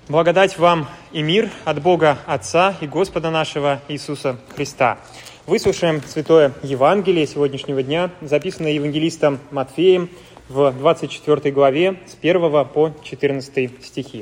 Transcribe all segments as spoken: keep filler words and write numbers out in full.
Благодать вам и мир от Бога Отца и Господа нашего Иисуса Христа. Выслушаем Святое Евангелие сегодняшнего дня, записанное евангелистом Матфеем в двадцать четвёртой главе с первого по четырнадцатый стихи.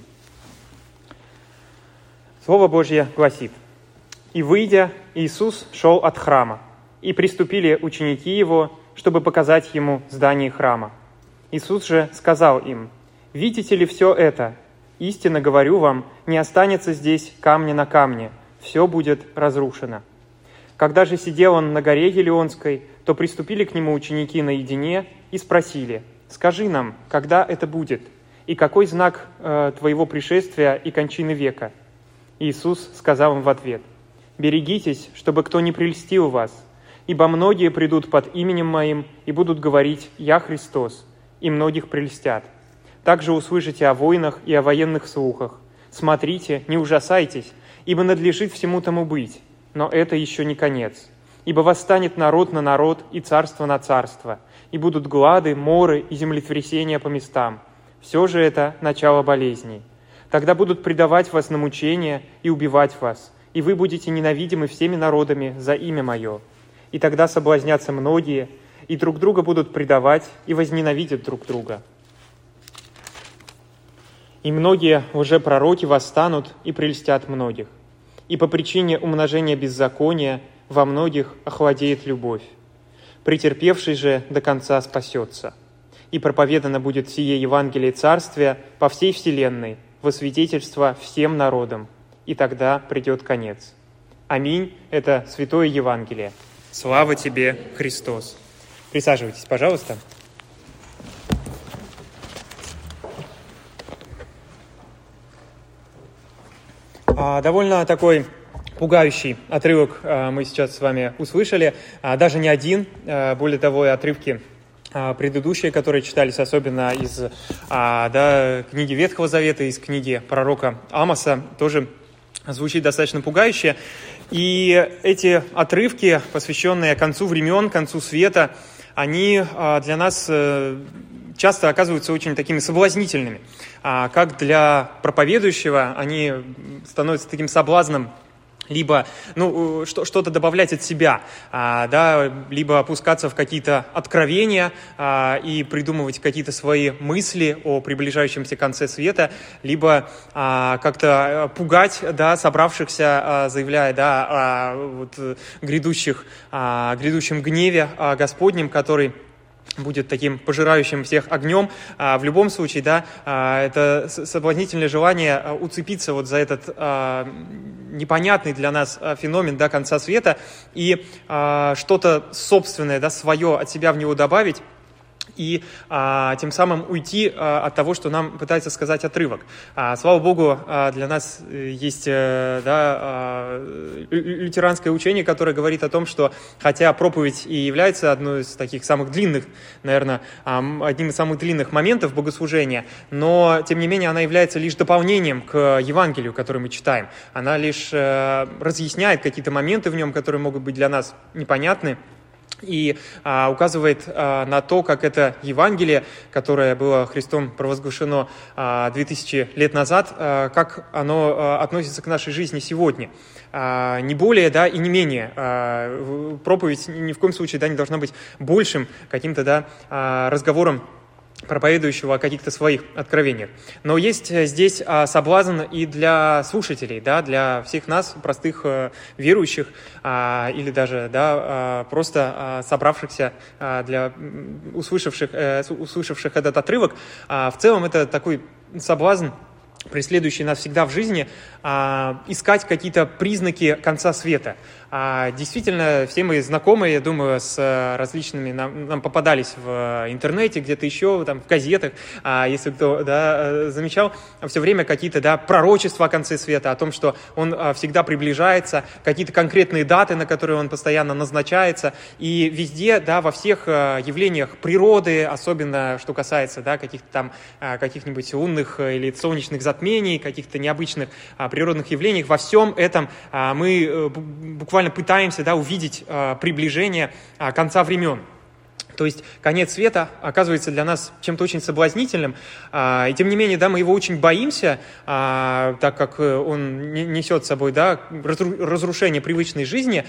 Слово Божье гласит: «И, выйдя, Иисус шел от храма, и приступили ученики Его, чтобы показать Ему здание храма. Иисус же сказал им: „Видите ли все это? Истинно говорю вам, не останется здесь камня на камне, все будет разрушено“. Когда же сидел он на горе Елеонской, то приступили к нему ученики наедине и спросили: „Скажи нам, когда это будет, и какой знак э, твоего пришествия и кончины века?“ Иисус сказал им в ответ: „Берегитесь, чтобы кто не прельстил вас, ибо многие придут под именем Моим и будут говорить: „Я Христос“, и многих прельстят. Также услышите о войнах и о военных слухах. Смотрите, не ужасайтесь, ибо надлежит всему тому быть. Но это еще не конец. Ибо восстанет народ на народ и царство на царство, и будут глады, моры и землетрясения по местам. Все же это начало болезней. Тогда будут предавать вас на мучения и убивать вас, и вы будете ненавидимы всеми народами за имя Мое. И тогда соблазнятся многие, и друг друга будут предавать, и возненавидят друг друга. И многие лжепророки восстанут и прельстят многих. И по причине умножения беззакония во многих охладеет любовь. Претерпевший же до конца спасется. И проповедано будет сие Евангелие Царствия по всей вселенной, во свидетельство всем народам. И тогда придет конец. Аминь. Это Святое Евангелие. Слава тебе, Христос. Присаживайтесь, пожалуйста. Довольно такой пугающий отрывок мы сейчас с вами услышали. Даже не один, более того, и отрывки предыдущие, которые читались, особенно из да, книги Ветхого Завета, из книги пророка Амоса, тоже звучит достаточно пугающе. И эти отрывки, посвященные концу времен, концу света, они для нас часто оказываются очень такими соблазнительными. Как для проповедующего они становятся таким соблазном либо ну, что-то добавлять от себя, да, либо опускаться в какие-то откровения и придумывать какие-то свои мысли о приближающемся конце света, либо как-то пугать, да, собравшихся, заявляя, да, о вот, грядущих, о грядущем гневе Господнем, который будет таким пожирающим всех огнем. В любом случае, да, это соблазнительное желание уцепиться вот за этот непонятный для нас феномен, да, конца света и что-то собственное, да, свое от себя в него добавить, и а, тем самым уйти а, от того, что нам пытается сказать отрывок. А, слава Богу, а, для нас есть а, да, а, лютеранское учение, которое говорит о том, что хотя проповедь и является одной из таких самых длинных, наверное, а, одним из самых длинных моментов богослужения, но, тем не менее, она является лишь дополнением к Евангелию, которое мы читаем. Она лишь а, разъясняет какие-то моменты в нем, которые могут быть для нас непонятны, и а, указывает а, на то, как это Евангелие, которое было Христом провозглашено а, две тысячи лет назад, а, как оно а, относится к нашей жизни сегодня. А, не более, да, и не менее. А, проповедь ни в коем случае, да, не должна быть большим каким-то, да, а, разговором проповедующего о каких-то своих откровениях. Но есть здесь а, соблазн и для слушателей, да, для всех нас, простых а, верующих, а, или даже, да, а, просто а, собравшихся, а, для услышавших, э, услышавших этот отрывок. А, в целом это такой соблазн, преследующий нас всегда в жизни, а, искать какие-то признаки конца света. А, действительно, все мы знакомы, я думаю, с различными, нам, нам попадались в интернете, где-то еще, там, в газетах, а, если кто, да, замечал, все время какие-то, да, пророчества о конце света, о том, что он а, всегда приближается, какие-то конкретные даты, на которые он постоянно назначается, и везде, да, во всех а, явлениях природы, особенно что касается, да, каких-то там, а, каких-нибудь лунных или солнечных затмений, каких-то необычных а, природных явлений, во всем этом а, мы а, буквально пытаемся, да, увидеть а, приближение а, конца времен. То есть конец света оказывается для нас чем-то очень соблазнительным, а, и тем не менее, да, мы его очень боимся, а, так как он несет с собой, да, разрушение привычной жизни,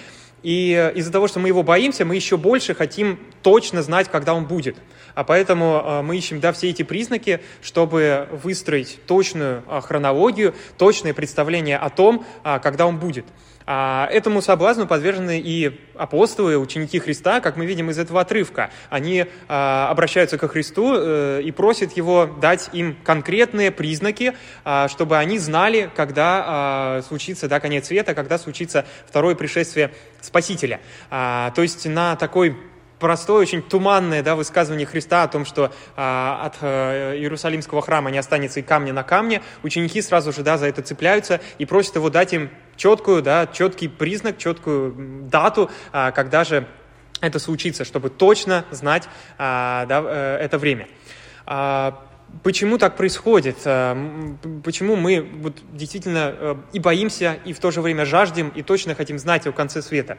и из-за того, что мы его боимся, мы еще больше хотим точно знать, когда он будет. А поэтому а, мы ищем, да, все эти признаки, чтобы выстроить точную а, хронологию, точное представление о том, а, когда он будет. А этому соблазну подвержены и апостолы, ученики Христа, как мы видим из этого отрывка. Они а, обращаются ко Христу э, и просят Его дать им конкретные признаки, а, чтобы они знали, когда а, случится, да, конец света, когда случится второе пришествие Спасителя. А, то есть на такой простое, очень туманное, да, высказывание Христа о том, что а, от а, Иерусалимского храма не останется и камня на камне, ученики сразу же, да, за это цепляются и просят его дать им четкую, да, четкий признак, четкую дату, а, когда же это случится, чтобы точно знать а, да, это время. А, Почему так происходит? Почему мы вот действительно и боимся, и в то же время жаждем, и точно хотим знать о конце света?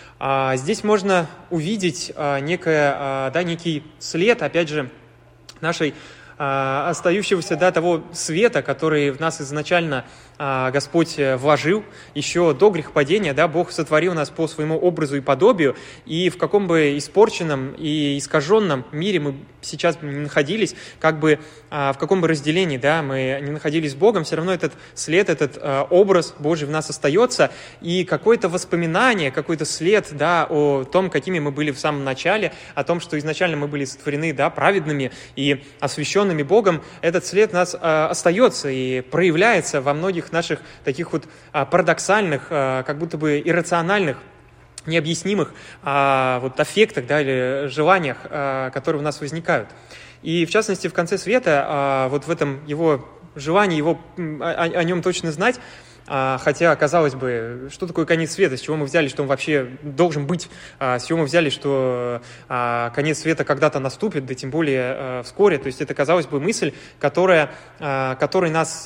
Здесь можно увидеть некое, да, некий след, опять же, нашей остающегося, да, того света, который в нас изначально Господь вложил еще до грехопадения, да, Бог сотворил нас по своему образу и подобию, и в каком бы испорченном и искаженном мире мы сейчас не находились, как бы в каком бы разделении, да, мы не находились с Богом, все равно этот след, этот образ Божий в нас остается, и какое-то воспоминание, какой-то след, да, о том, какими мы были в самом начале, о том, что изначально мы были сотворены, да, праведными и освященными Богом, этот след у нас остается и проявляется во многих наших таких вот парадоксальных, как будто бы иррациональных, необъяснимых вот аффектах, да, или желаниях, которые у нас возникают. И в частности, в конце света, вот в этом его желании, его, о, о нем точно знать, хотя, казалось бы, что такое конец света, с чего мы взяли, что он вообще должен быть, с чего мы взяли, что конец света когда-то наступит, да тем более вскоре. То есть это, казалось бы, мысль, которая, которой нас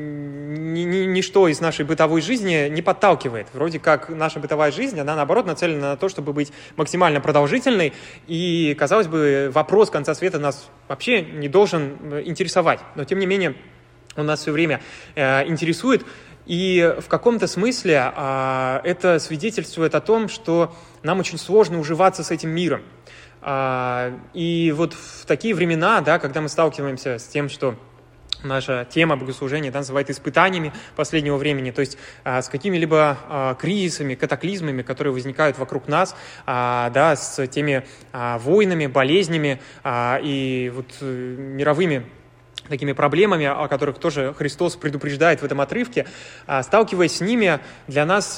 ничто из нашей бытовой жизни не подталкивает. Вроде как наша бытовая жизнь, она, наоборот, нацелена на то, чтобы быть максимально продолжительной, и, казалось бы, вопрос конца света нас вообще не должен интересовать. Но, тем не менее, он нас все время интересует. И в каком-то смысле а, это свидетельствует о том, что нам очень сложно уживаться с этим миром. А, и вот в такие времена, да, когда мы сталкиваемся с тем, что наша тема богослужения, да, называют испытаниями последнего времени, то есть а, с какими-либо а, кризисами, катаклизмами, которые возникают вокруг нас, а, да, с теми а, войнами, болезнями а, и вот мировыми такими проблемами, о которых тоже Христос предупреждает в этом отрывке, сталкиваясь с ними, для нас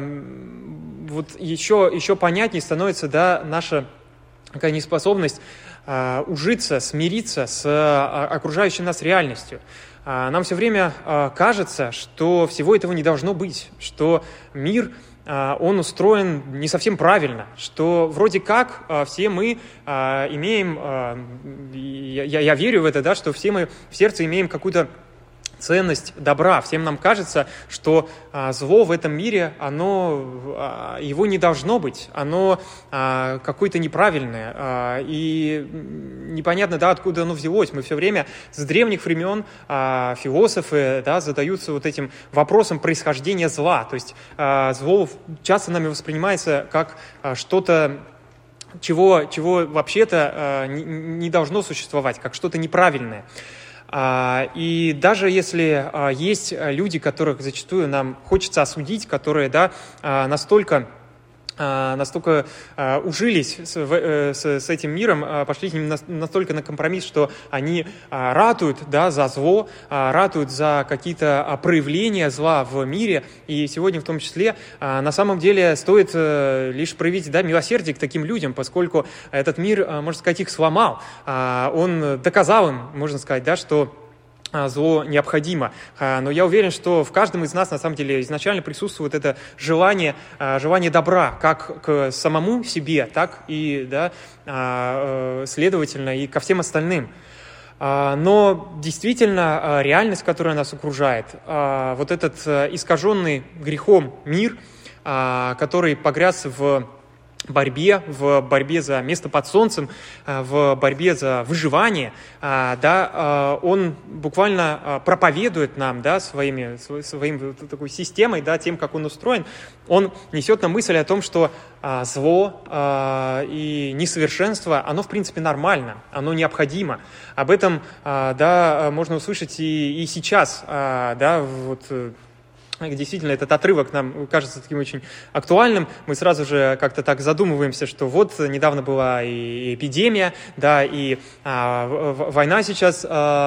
вот еще, еще понятнее становится, да, наша такая неспособность ужиться, смириться с окружающей нас реальностью. Нам все время кажется, что всего этого не должно быть, что мир он устроен не совсем правильно, что вроде как все мы имеем, я, я верю в это, да, что все мы в сердце имеем какую-то ценность добра. Всем нам кажется, что а, зло в этом мире, оно, а, его не должно быть, оно а, какое-то неправильное, а, и непонятно, да, откуда оно взялось. Мы все время с древних времен а, философы, да, задаются вот этим вопросом происхождения зла. То есть а, зло часто нами воспринимается как а, что-то, чего, чего вообще-то а, не, не должно существовать, как что-то неправильное. И даже если есть люди, которых зачастую нам хочется осудить, которые, да, настолько, настолько ужились с, с, с этим миром, пошли с ним настолько на компромисс, что они ратуют, да, за зло, ратуют за какие-то проявления зла в мире. И сегодня в том числе на самом деле стоит лишь проявить, да, милосердие к таким людям, поскольку этот мир, можно сказать, их сломал. Он доказал им, можно сказать, да, что зло необходимо. Но я уверен, что в каждом из нас, на самом деле, изначально присутствует это желание, желание добра, как к самому себе, так и, да, следовательно, и ко всем остальным. Но действительно, реальность, которая нас окружает, вот этот искаженный грехом мир, который погряз в борьбе, в борьбе за место под солнцем, в борьбе за выживание, да, он буквально проповедует нам, да, своими, своим такой системой, да, тем, как он устроен, он несет нам мысль о том, что зло и несовершенство, оно, в принципе, нормально, оно необходимо. Об этом, да, можно услышать и, и сейчас, да, вот. Действительно, этот отрывок нам кажется таким очень актуальным. Мы сразу же как-то так задумываемся, что вот недавно была и эпидемия, да, и а, война сейчас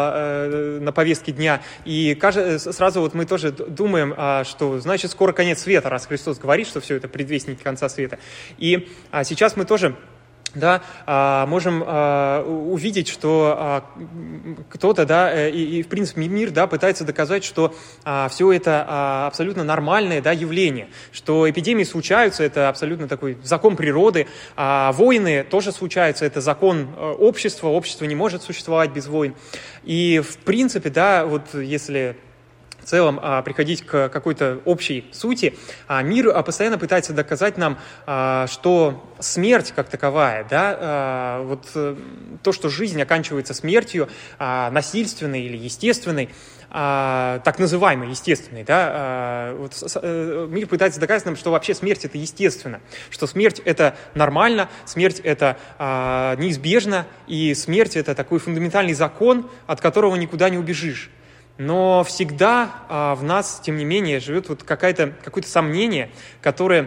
а, на повестке дня. И кажется, сразу вот мы тоже думаем, а, что значит скоро конец света, раз Христос говорит, что все это предвестники конца света. И а, сейчас мы тоже... Да, можем увидеть, что кто-то, да, и, и в принципе мир, да, пытается доказать, что все это абсолютно нормальное, да, явление, что эпидемии случаются, это абсолютно такой закон природы, а войны тоже случаются, это закон общества, общество не может существовать без войн. И в принципе, да, вот если... в целом а, приходить к какой-то общей сути, а, мир а, постоянно пытается доказать нам, а, что смерть как таковая, да, а, вот а, то, что жизнь оканчивается смертью, а, насильственной или естественной, а, так называемой естественной, да, а, вот, а, мир пытается доказать нам, что вообще смерть это естественно, что смерть это нормально, смерть это а, неизбежно, и смерть это такой фундаментальный закон, от которого никуда не убежишь. Но всегда а, в нас, тем не менее, живет вот какое-то, какое-то сомнение, которое,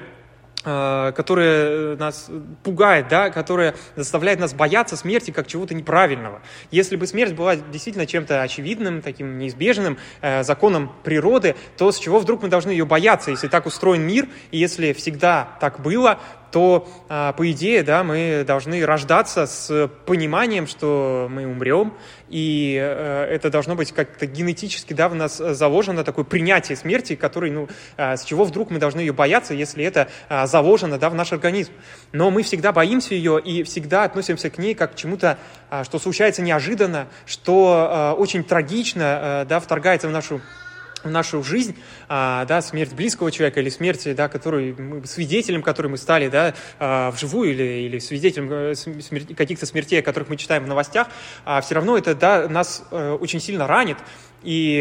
а, которое нас пугает, да, которое заставляет нас бояться смерти как чего-то неправильного. Если бы смерть была действительно чем-то очевидным, таким неизбежным э, законом природы, то с чего вдруг мы должны ее бояться, если так устроен мир, и если всегда так было, то, по идее, да, мы должны рождаться с пониманием, что мы умрем, и это должно быть как-то генетически, да, в нас заложено такое принятие смерти, который, ну, с чего вдруг мы должны ее бояться, если это заложено, да, в наш организм. Но мы всегда боимся ее и всегда относимся к ней как к чему-то, что случается неожиданно, что очень трагично, да, вторгается в нашу в нашу жизнь, а, да, смерть близкого человека или смерть, да, который мы, свидетелем которой мы стали, да, а, вживую или, или свидетелем смер... каких-то смертей, о которых мы читаем в новостях, а, все равно это, да, нас а, очень сильно ранит. И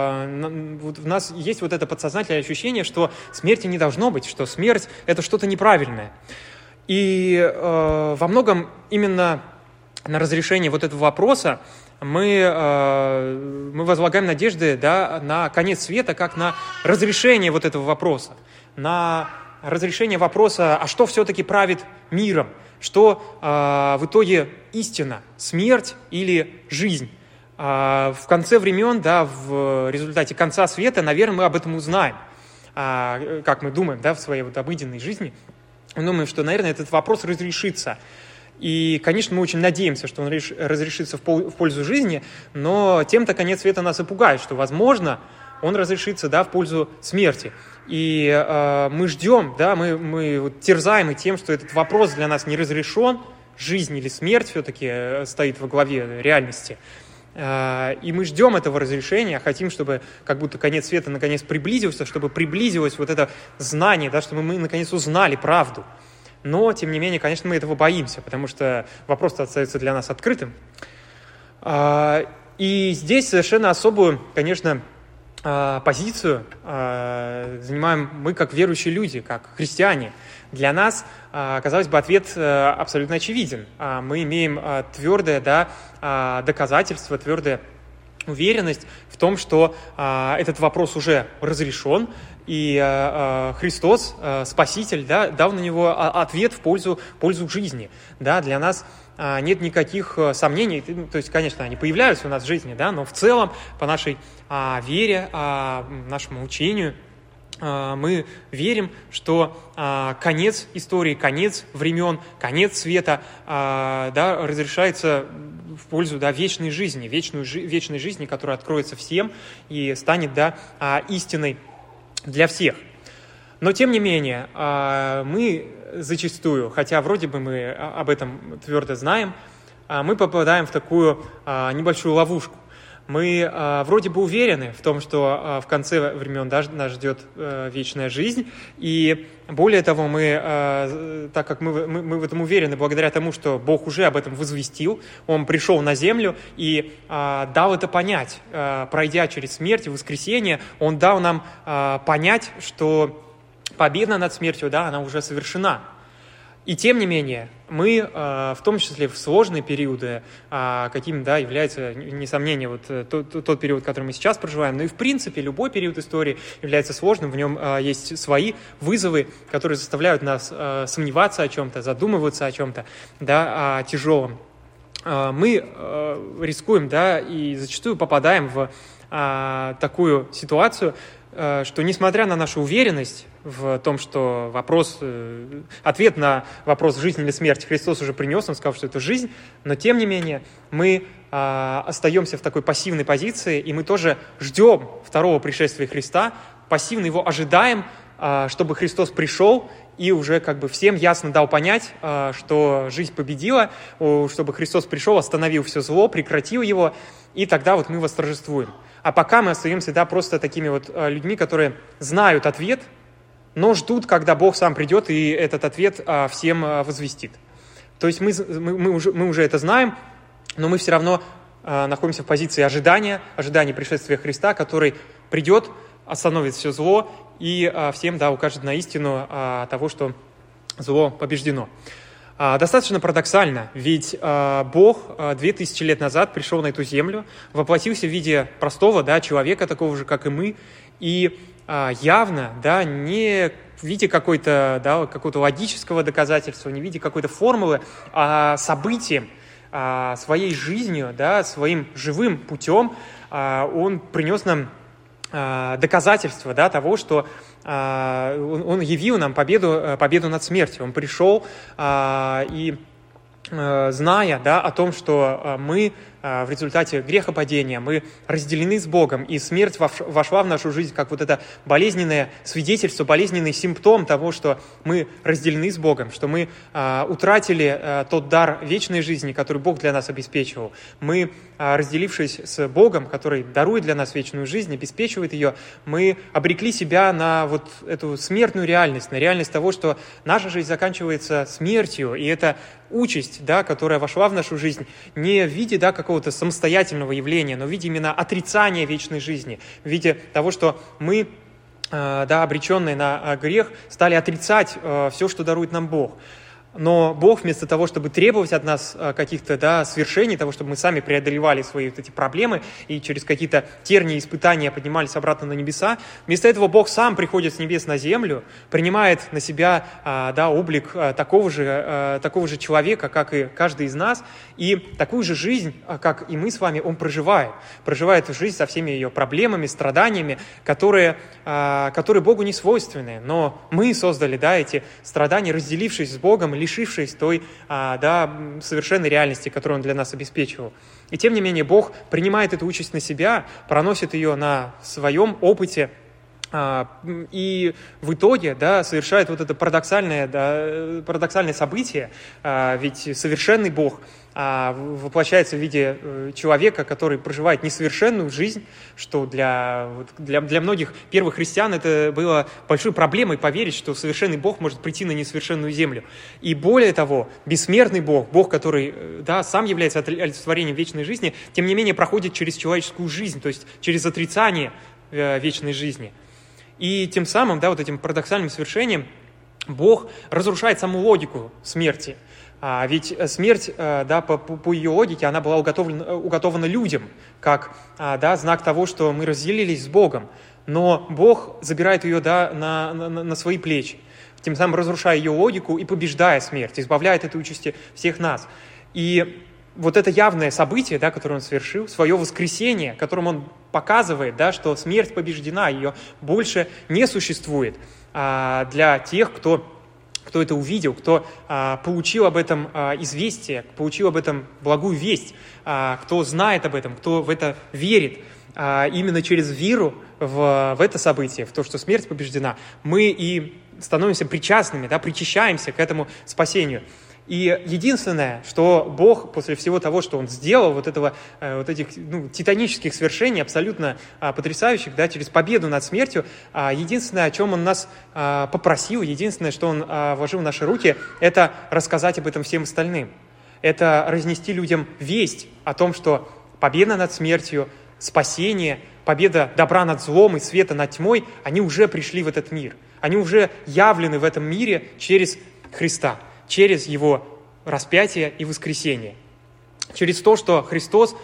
э, вот в нас есть вот это подсознательное ощущение, что смерти не должно быть, что смерть – это что-то неправильное. И э, во многом именно на разрешение вот этого вопроса мы, э, мы возлагаем надежды, да, на конец света, как на разрешение вот этого вопроса, на разрешение вопроса, а что все-таки правит миром, что э, в итоге истина, смерть или жизнь. Э, в конце времен, да, в результате конца света, наверное, мы об этом узнаем, э, как мы думаем, да, в своей вот обыденной жизни. Мы думаем, что, наверное, этот вопрос разрешится. И, конечно, мы очень надеемся, что он разрешится в пользу жизни, но тем-то конец света нас и пугает, что, возможно, он разрешится, да, в пользу смерти. И э, мы ждем, да, мы, мы вот терзаемы тем, что этот вопрос для нас не разрешен, жизнь или смерть все-таки стоит во главе реальности. Э, и мы ждем этого разрешения, хотим, чтобы как будто конец света наконец приблизился, чтобы приблизилось вот это знание, да, чтобы мы наконец узнали правду. Но, тем не менее, конечно, мы этого боимся, потому что вопрос остается для нас открытым. И здесь совершенно особую, конечно, позицию занимаем мы как верующие люди, как христиане. Для нас, казалось бы, ответ абсолютно очевиден. Мы имеем твердое, да, доказательство, твердое уверенность в том, что а, этот вопрос уже разрешен, и а, Христос, а, Спаситель, да, дал на него ответ в пользу, пользу жизни. Да, для нас а, нет никаких сомнений, то есть, конечно, они появляются у нас в жизни, да, но в целом по нашей а, вере, а, нашему учению, мы верим, что а, конец истории, конец времен, конец света, а, да, разрешается в пользу, да, вечной жизни, вечную, вечной жизни, которая откроется всем и станет, да, а, истиной для всех. Но, тем не менее, а, мы зачастую, хотя вроде бы мы об этом твердо знаем, а, мы попадаем в такую а, небольшую ловушку. Мы э, вроде бы уверены в том, что э, в конце времен да, нас ждет э, вечная жизнь, и более того, мы, э, так как мы, мы, мы в этом уверены, благодаря тому, что Бог уже об этом возвестил, Он пришел на землю и э, дал это понять, э, пройдя через смерть и воскресение, Он дал нам э, понять, что победа над смертью, да, она уже совершена. И тем не менее, мы, в том числе в сложные периоды, каким да, является, несомненно, вот тот, тот период, который мы сейчас проживаем, но и в принципе любой период истории является сложным, в нем есть свои вызовы, которые заставляют нас сомневаться о чем-то, задумываться о чем-то, да, о тяжелом. Мы рискуем, да, и зачастую попадаем в такую ситуацию, что несмотря на нашу уверенность в том, что вопрос, ответ на вопрос жизни или смерти Христос уже принес, Он сказал, что это жизнь, но тем не менее мы а, остаемся в такой пассивной позиции, и мы тоже ждем второго пришествия Христа, пассивно его ожидаем, а, чтобы Христос пришел и уже как бы всем ясно дал понять, а, что жизнь победила, чтобы Христос пришел, остановил все зло, прекратил его, и тогда вот мы восторжествуем. А пока мы остаемся, да, просто такими вот людьми, которые знают ответ, но ждут, когда Бог сам придет и этот ответ а, всем а, возвестит. То есть мы, мы, мы, уже, мы уже это знаем, но мы все равно а, находимся в позиции ожидания, ожидания пришествия Христа, который придет, остановит все зло и а, всем да, укажет на истину а, того, что зло побеждено. А, достаточно парадоксально, ведь а, Бог а, две тысячи лет назад пришел на эту землю, воплотился в виде простого да, человека, такого же, как и мы, и а, явно да, не в виде какой-то, да, какого-то логического доказательства, не в виде какой-то формулы, а событием, а, своей жизнью, да, своим живым путем а, Он принес нам а, доказательства да, того, что Он явил нам победу, победу над смертью. Он пришел и, зная да, о том, что мы в результате грехопадения, мы разделены с Богом, и смерть вошла в нашу жизнь как вот это болезненное свидетельство, болезненный симптом того, что мы разделены с Богом, что мы утратили тот дар вечной жизни, который Бог для нас обеспечивал. Мы, разделившись с Богом, который дарует для нас вечную жизнь, обеспечивает ее, мы обрекли себя на вот эту смертную реальность, на реальность того, что наша жизнь заканчивается смертью, и это участь, да, которая вошла в нашу жизнь не в виде да, какого-то самостоятельного явления, но в виде именно отрицания вечной жизни, в виде того, что мы, да, обреченные на грех, стали отрицать все, что дарует нам Бог. Но Бог вместо того, чтобы требовать от нас каких-то да, свершений, того, чтобы мы сами преодолевали свои вот эти проблемы и через какие-то тернии, испытания поднимались обратно на небеса, вместо этого Бог сам приходит с небес на землю, принимает на себя да, облик такого же, такого же человека, как и каждый из нас, и такую же жизнь, как и мы с вами, Он проживает. Проживает жизнь со всеми ее проблемами, страданиями, которые, которые Богу не свойственны. Но мы создали да, эти страдания, разделившись с Богом, лишившись той да, совершенной реальности, которую Он для нас обеспечивал. И тем не менее Бог принимает эту участь на себя, проносит ее на своем опыте, и в итоге да, совершает вот это парадоксальное, да, парадоксальное событие, ведь совершенный Бог воплощается в виде человека, который проживает несовершенную жизнь, что для, для, для многих первых христиан это было большой проблемой поверить, что совершенный Бог может прийти на несовершенную землю. И более того, бессмертный Бог, Бог, который да, сам является олицетворением вечной жизни, тем не менее проходит через человеческую жизнь, то есть через отрицание вечной жизни. И тем самым, да, вот этим парадоксальным совершением Бог разрушает саму логику смерти. А ведь смерть, да, по, по ее логике, она была уготовлена, уготована людям, как да, знак того, что мы разделились с Богом. Но Бог забирает ее да, на, на, на свои плечи, тем самым разрушая ее логику и побеждая смерть, избавляет этой участи всех нас. И вот это явное событие, да, которое Он совершил, свое воскресение, которым Он показывает, да, что смерть побеждена, ее больше не существует а, для тех, кто... кто это увидел, кто а, получил об этом а, известие, получил об этом благую весть, а, кто знает об этом, кто в это верит, а, именно через веру в, в это событие, в то, что смерть побеждена, мы и становимся причастными, да, причащаемся к этому спасению. И единственное, что Бог после всего того, что Он сделал, вот, этого, вот этих ну, титанических свершений, абсолютно а, потрясающих, да, через победу над смертью, а, единственное, о чем Он нас а, попросил, единственное, что Он а, вложил в наши руки, это рассказать об этом всем остальным. Это разнести людям весть о том, что победа над смертью, спасение, победа добра над злом и света над тьмой, они уже пришли в этот мир. Они уже явлены в этом мире через Христа, через Его распятие и воскресение. Через то, что Христос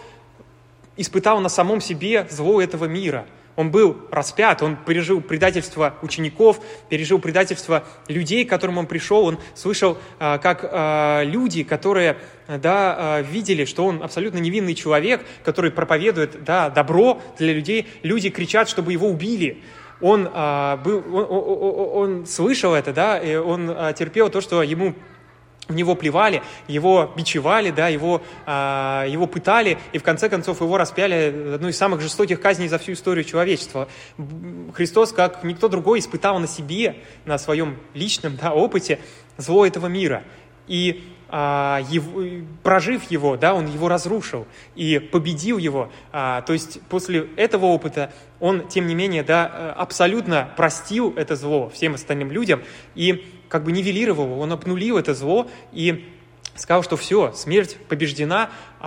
испытал на самом себе зло этого мира. Он был распят, Он пережил предательство учеников, пережил предательство людей, к которым Он пришел. Он слышал, как люди, которые да, видели, что Он абсолютно невинный человек, который проповедует да, добро для людей. Люди кричат, чтобы Его убили. Он, был, он, он, он слышал это, да, и он терпел то, что ему в него плевали, его бичевали, да, его, а, его пытали, и в конце концов его распяли одной из самых жестоких казней за всю историю человечества. Христос, как никто другой, испытал на себе, на своем личном да, опыте зло этого мира. И а, его, прожив его, да, он его разрушил и победил его. А, то есть после этого опыта он, тем не менее, да, абсолютно простил это зло всем остальным людям и как бы нивелировал его, он обнулил это зло и сказал, что все, смерть побеждена,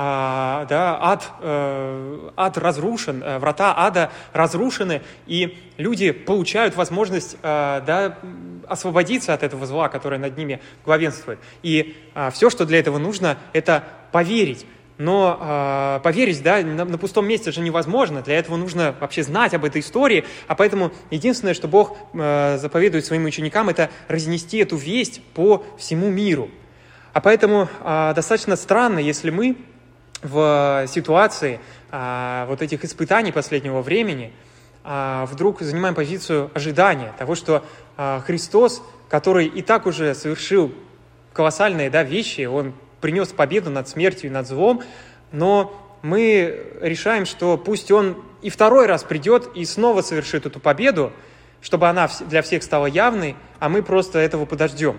а, да, ад, э, ад разрушен, врата ада разрушены, и люди получают возможность э, да, освободиться от этого зла, которое над ними главенствует. И э, все, что для этого нужно, это поверить. Но э, поверить, да, на, на пустом месте же невозможно. Для этого нужно вообще знать об этой истории. А поэтому единственное, что Бог э, заповедует своим ученикам, это разнести эту весть по всему миру. А поэтому э, достаточно странно, если мы в ситуации э, вот этих испытаний последнего времени э, вдруг занимаем позицию ожидания того, что э, Христос, который и так уже совершил колоссальные да, вещи, Он принес победу над смертью и над злом, но мы решаем, что пусть Он и второй раз придет и снова совершит эту победу, чтобы она для всех стала явной, а мы просто этого подождем.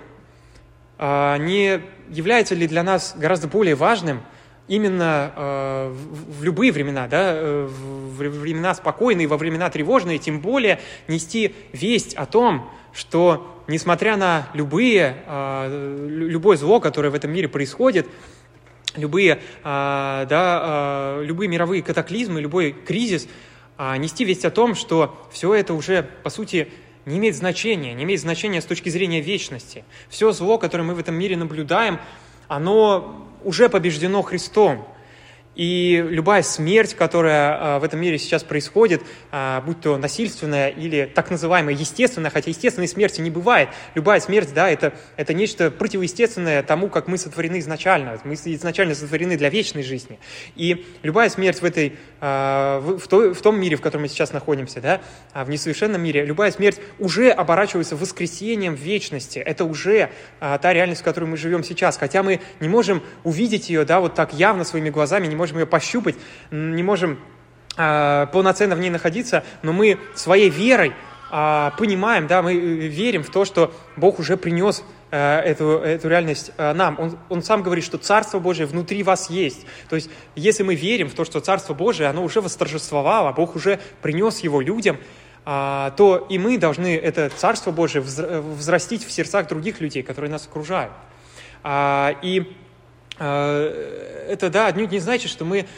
Не является ли для нас гораздо более важным именно в любые времена, да, в времена спокойные, во времена тревожные, тем более нести весть о том, что, несмотря на любые, любое зло, которое в этом мире происходит, любые, да, любые мировые катаклизмы, любой кризис, нести весть о том, что все это уже, по сути, не имеет значения, не имеет значения с точки зрения вечности. Все зло, которое мы в этом мире наблюдаем, оно уже побеждено Христом. И любая смерть, которая в этом мире сейчас происходит, будь то насильственная или так называемая естественная, хотя естественной смерти не бывает. Любая смерть, да, это, это нечто противоестественное тому, как мы сотворены изначально. Мы изначально сотворены для вечной жизни. И любая смерть в, этой, в, той, в том мире, в котором мы сейчас находимся, да, в несовершенном мире, любая смерть уже оборачивается воскресением в вечности. Это уже та реальность, в которой мы живем сейчас. Хотя мы не можем увидеть ее, да, вот так явно своими глазами, не можем можем ее пощупать, не можем э, полноценно в ней находиться, но мы своей верой э, понимаем, да, мы верим в то, что Бог уже принес э, эту, эту реальность э, нам. Он, он сам говорит, что Царство Божие внутри вас есть. То есть, если мы верим в то, что Царство Божие, оно уже восторжествовало, Бог уже принес его людям, э, то и мы должны это Царство Божие взрастить в сердцах других людей, которые нас окружают. Э, и Это, да, отнюдь не значит, что мы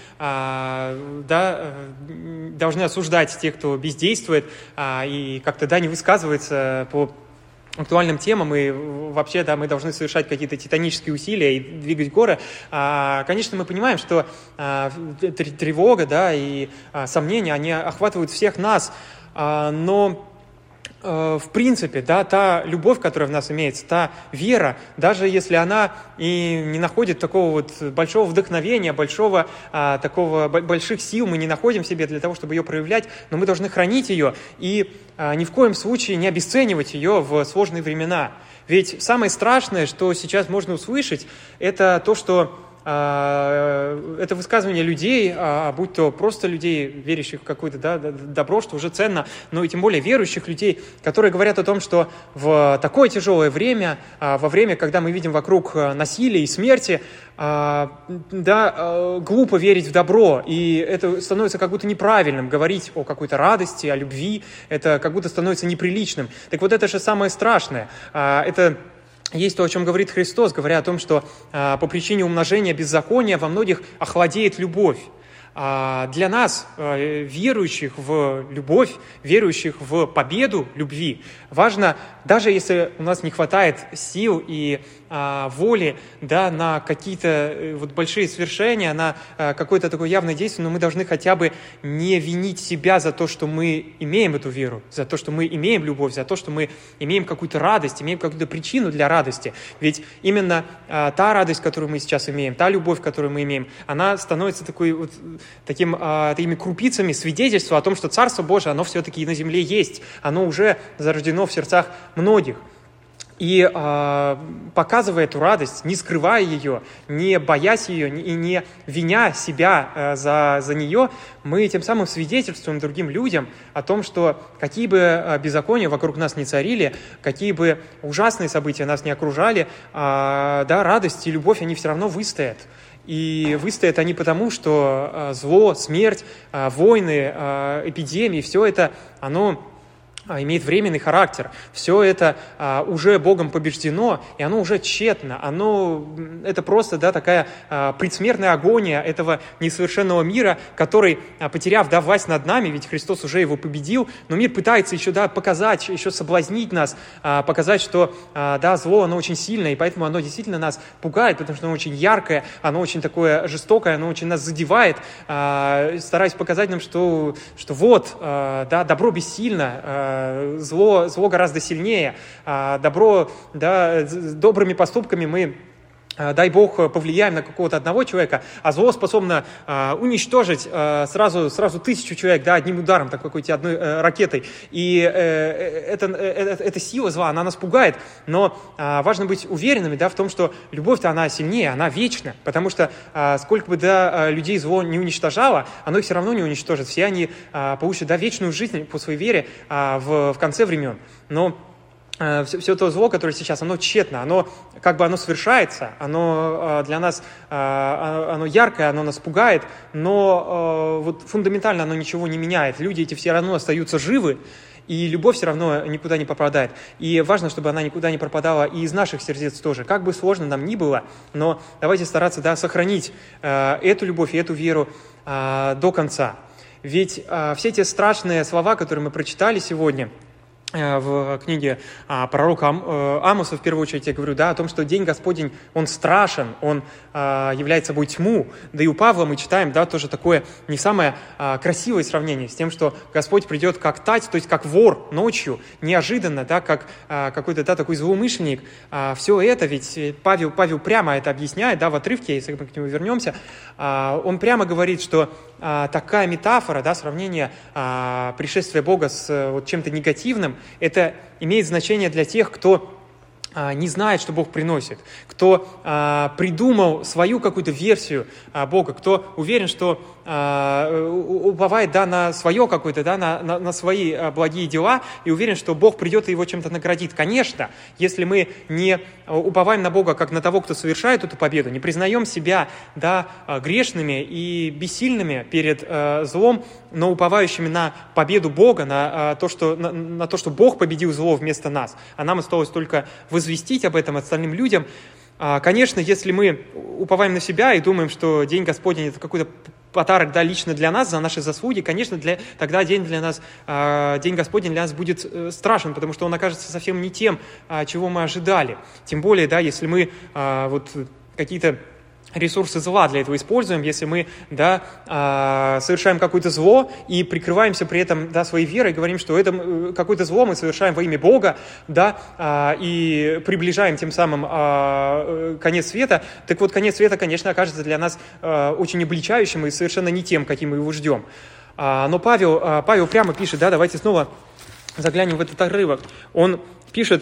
да, должны осуждать тех, кто бездействует и как-то да, не высказывается по актуальным темам, и вообще да, мы должны совершать какие-то титанические усилия и двигать горы. Конечно, мы понимаем, что тревога да, и сомнения, они охватывают всех нас, но в принципе, да, та любовь, которая в нас имеется, та вера, даже если она и не находит такого вот большого вдохновения, большого, а, такого больших сил мы не находим в себе для того, чтобы ее проявлять, но мы должны хранить ее и а, ни в коем случае не обесценивать ее в сложные времена. Ведь самое страшное, что сейчас можно услышать, это то, что э, это высказывание людей, э, будь то просто людей, верящих в какое-то да, добро, что уже ценно, но и тем более верующих людей, которые говорят о том, что в такое тяжелое время, э, во время, когда мы видим вокруг насилия и смерти, э, да, э, глупо верить в добро, и это становится как будто неправильным, говорить о какой-то радости, о любви, это как будто становится неприличным. Так вот это же самое страшное. Э, это есть то, о чем говорит Христос, говоря о том, что а, по причине умножения беззакония во многих охладеет любовь. А для нас, а, верующих в любовь, верующих в победу любви, важно, даже если у нас не хватает сил и а, воли, да, на какие-то вот большие свершения, на а, какое-то такое явное действие, но мы должны хотя бы не винить себя за то, что мы имеем эту веру, за то, что мы имеем любовь, за то, что мы имеем какую-то радость, имеем какую-то причину для радости. Ведь именно а, та радость, которую мы сейчас имеем, та любовь, которую мы имеем, она становится такой, вот, таким, а, такими крупицами свидетельства о том, что Царство Божие, оно все-таки и на земле есть, оно уже зарождено в сердцах многих. И э, показывая эту радость, не скрывая ее, не боясь ее и не виня себя э, за, за нее, мы тем самым свидетельствуем другим людям о том, что какие бы э, беззакония вокруг нас не царили, какие бы ужасные события нас не окружали, э, да, радость и любовь, они все равно выстоят. И выстоят они потому, что э, зло, смерть, э, войны, э, эпидемии, все это, оно имеет временный характер. Все это а, уже Богом побеждено, и оно уже тщетно. Оно, это просто да, такая а, предсмертная агония этого несовершенного мира, который, а, потеряв да, власть над нами, ведь Христос уже его победил, но мир пытается еще да, показать, еще соблазнить нас, а, показать, что а, да, зло, оно очень сильное, и поэтому оно действительно нас пугает, потому что оно очень яркое, оно очень такое жестокое, оно очень нас задевает, а, стараясь показать нам, что, что вот, а, да, добро бессильно, а, Зло, зло гораздо сильнее, добро, да, добрыми поступками мы, дай Бог, повлияем на какого-то одного человека, а зло способно а, уничтожить а, сразу, сразу тысячу человек, да, одним ударом, так какой-то одной а, ракетой. И а, это, это, эта сила зла, она нас пугает, но а, важно быть уверенными, да, в том, что любовь-то она сильнее, она вечна, потому что а, сколько бы да, людей зло не уничтожало, оно их все равно не уничтожит. Все они а, получат да, вечную жизнь по своей вере а, в, в конце времен. Но Все, все то зло, которое сейчас, оно тщетно, оно как бы оно совершается, оно для нас, оно яркое, оно нас пугает, но вот фундаментально оно ничего не меняет. Люди эти все равно остаются живы, и любовь все равно никуда не пропадает. И важно, чтобы она никуда не пропадала и из наших сердец тоже. Как бы сложно нам ни было, но давайте стараться да, сохранить эту любовь и эту веру до конца. Ведь все те страшные слова, которые мы прочитали сегодня, в книге а, пророка Ам, э, Амоса, в первую очередь, я говорю, да, о том, что День Господень, он страшен, он а, является собой тьму. Да и у Павла мы читаем, да, тоже такое не самое а, красивое сравнение с тем, что Господь придет как тать, то есть как вор ночью, неожиданно, да, как а, какой-то, да, такой злоумышленник. А, все это, ведь Павел, Павел прямо это объясняет, да, в отрывке, если мы к нему вернемся, а, он прямо говорит, что а, такая метафора, да, сравнение а, пришествия Бога с вот, чем-то негативным, это имеет значение для тех, кто а, не знает, что Бог приносит, кто а, придумал свою какую-то версию а, Бога, кто уверен, что а, уповает да, на свое какое-то, да, на, на, на свои а, благие дела и уверен, что Бог придет и его чем-то наградит. Конечно, если мы не уповаем на Бога как на того, кто совершает эту победу, не признаем себя да, грешными и бессильными перед а, злом, но уповающими на победу Бога, на, а, то, что, на, на то, что Бог победил зло вместо нас, а нам осталось только возвестить об этом остальным людям. Конечно, если мы уповаем на себя и думаем, что День Господень – это какой-то подарок да, лично для нас, за наши заслуги, конечно, для, тогда день, для нас, День Господень для нас будет страшен, потому что он окажется совсем не тем, чего мы ожидали. Тем более, да, если мы вот, какие-то ресурсы зла для этого используем, если мы да, э, совершаем какое-то зло и прикрываемся при этом да, своей верой, говорим, что это какое-то зло мы совершаем во имя Бога, да, э, и приближаем тем самым э, конец света, так вот конец света, конечно, окажется для нас э, очень обличающим и совершенно не тем, каким мы его ждем. Э, но Павел, э, Павел прямо пишет, да, давайте снова заглянем в этот отрывок, он пишет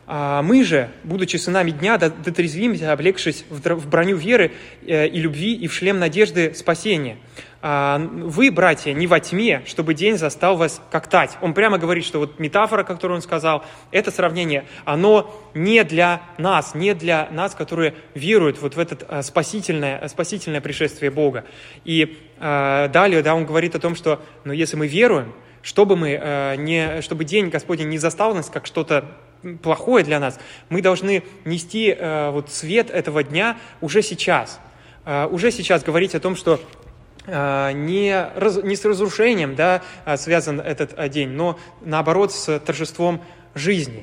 Мы же, будучи сынами дня, дотрезвимся, облегшись в броню веры и любви и в шлем надежды спасения. Вы, братья, не во тьме, чтобы день застал вас как тать. Он прямо говорит, что вот метафора, которую он сказал, это сравнение, оно не для нас, не для нас, которые веруют вот в это спасительное, спасительное пришествие Бога. И далее, да, он говорит о том, что, ну, если мы веруем, чтобы мы не, чтобы день Господень не застал нас как что-то плохое для нас, мы должны нести вот свет этого дня уже сейчас, уже сейчас говорить о том, что Не, раз, не с разрушением, да, связан этот день, но наоборот с торжеством жизни.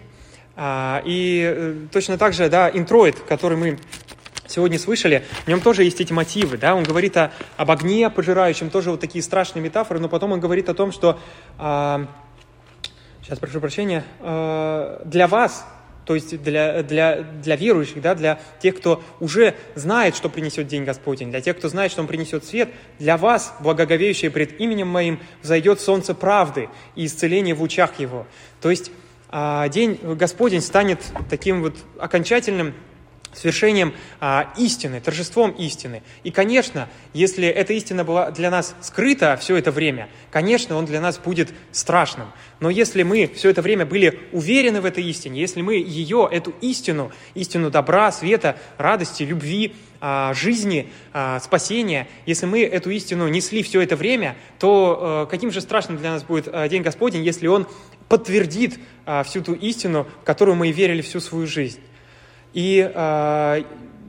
И точно так же, да, интроид, который мы сегодня слышали, в нем тоже есть эти мотивы. Да? Он говорит о, об огне пожирающем, тоже вот такие страшные метафоры, но потом он говорит о том, что, сейчас прошу прощения, для вас, то есть для, для, для верующих, да, для тех, кто уже знает, что принесет день Господень, для тех, кто знает, что Он принесет свет, для вас, благоговеющие пред именем Моим, взойдет солнце правды и исцеление в лучах Его. То есть день Господень станет таким вот окончательным свершением а, истины, торжеством истины. И, конечно, если эта истина была для нас скрыта все это время, конечно, он для нас будет страшным. Но если мы все это время были уверены в этой истине, если мы ее, эту истину, истину добра, света, радости, любви, а, жизни, а, спасения, если мы эту истину несли все это время, то а, каким же страшным для нас будет а, День Господень, если он подтвердит а, всю ту истину, в которую мы верили всю свою жизнь. И э,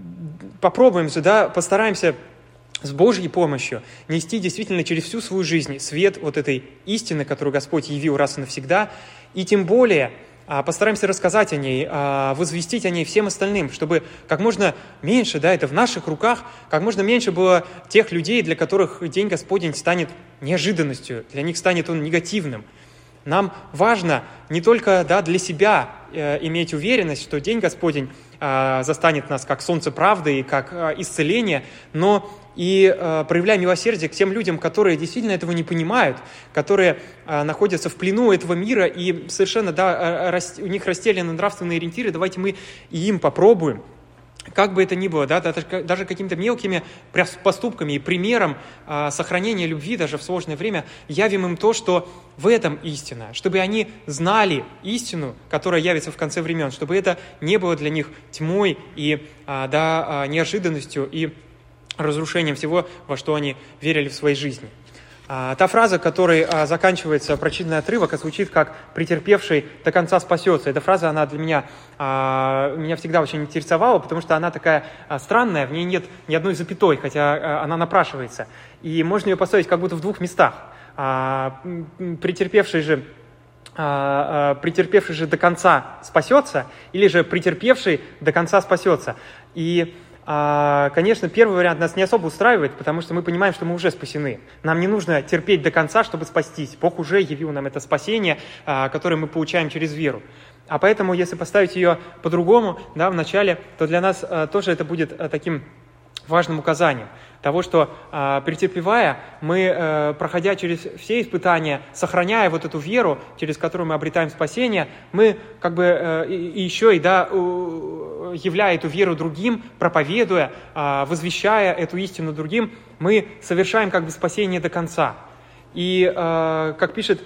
попробуем сюда, постараемся с Божьей помощью нести действительно через всю свою жизнь свет вот этой истины, которую Господь явил раз и навсегда, и тем более э, постараемся рассказать о ней, э, возвестить о ней всем остальным, чтобы как можно меньше, да, это в наших руках, как можно меньше было тех людей, для которых День Господень станет неожиданностью, для них станет он негативным. Нам важно не только, да, для себя э, иметь уверенность, что День Господень э, застанет нас как солнце правды и как э, исцеление, но и э, проявляя милосердие к тем людям, которые действительно этого не понимают, которые э, находятся в плену этого мира и совершенно, да, рас, у них расстелены нравственные ориентиры, давайте мы и им попробуем. Как бы это ни было, да, даже, даже какими-то мелкими поступками и примером а, сохранения любви даже в сложное время явим им то, что в этом истина, чтобы они знали истину, которая явится в конце времен, чтобы это не было для них тьмой и а, да, а, неожиданностью и разрушением всего, во что они верили в своей жизни. А, та фраза, которой а, заканчивается прочитанный отрывок, звучит как «претерпевший до конца спасется». Эта фраза, она для меня, а, меня всегда очень интересовала, потому что она такая а, странная, в ней нет ни одной запятой, хотя а, она напрашивается. И можно ее поставить как будто в двух местах. А, претерпевший же, а, а, претерпевший же до конца спасется, или же претерпевший до конца спасется. И конечно, первый вариант нас не особо устраивает, потому что мы понимаем, что мы уже спасены. Нам не нужно терпеть до конца, чтобы спастись. Бог уже явил нам это спасение, которое мы получаем через веру. А поэтому, если поставить ее по-другому, да, в начале, то для нас тоже это будет таким важным указанием того, что, э, претерпевая, мы, э, проходя через все испытания, сохраняя вот эту веру, через которую мы обретаем спасение, мы как бы э, и, и еще и, да, э, являя эту веру другим, проповедуя, э, возвещая эту истину другим, мы совершаем как бы спасение до конца. И, э, как пишет,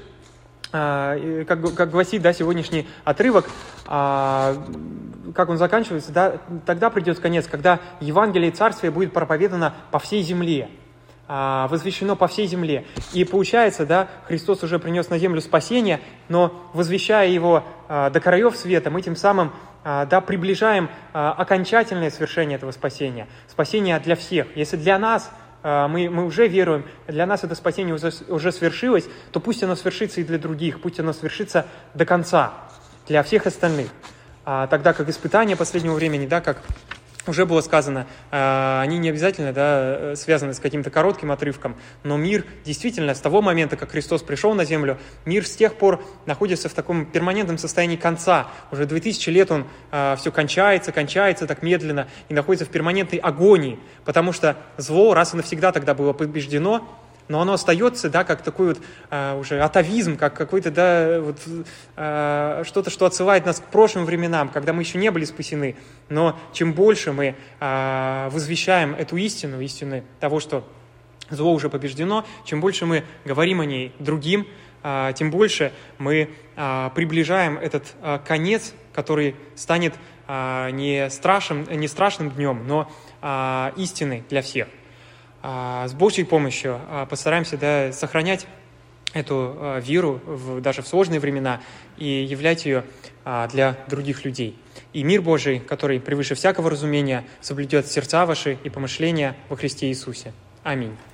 э, как, как гласит, да, сегодняшний отрывок, э, как он заканчивается, да, тогда придет конец, когда Евангелие Царствия будет проповедано по всей земле, а, возвещено по всей земле. И получается, да, Христос уже принес на землю спасение, но возвещая его а, до краев света, мы тем самым а, да, приближаем а, окончательное свершение этого спасения. Спасение для всех. Если для нас а, мы, мы уже веруем, для нас это спасение уже, уже свершилось, то пусть оно свершится и для других, пусть оно свершится до конца, для всех остальных. А, тогда как испытания последнего времени, да, как уже было сказано, а, они не обязательно, да, связаны с каким-то коротким отрывком, но мир действительно с того момента, как Христос пришел на землю, мир с тех пор находится в таком перманентном состоянии конца. Уже две тысячи лет он а, все кончается, кончается так медленно и находится в перманентной агонии, потому что зло раз и навсегда тогда было побеждено, но оно остается, да, как такой вот а, уже атовизм, как какой-то, да, вот, а, что-то, что отсылает нас к прошлым временам, когда мы еще не были спасены. Но чем больше мы а, возвещаем эту истину, истину того, что зло уже побеждено, чем больше мы говорим о ней другим, а, тем больше мы а, приближаем этот а, конец, который станет а, не, страшным, не страшным днем, но а, истиной для всех. А, с Божьей помощью а, постараемся, да, сохранять эту а, веру в, даже в сложные времена и являть ее а, для других людей. И мир Божий, который превыше всякого разумения, соблюдет сердца ваши и помышления во Христе Иисусе. Аминь.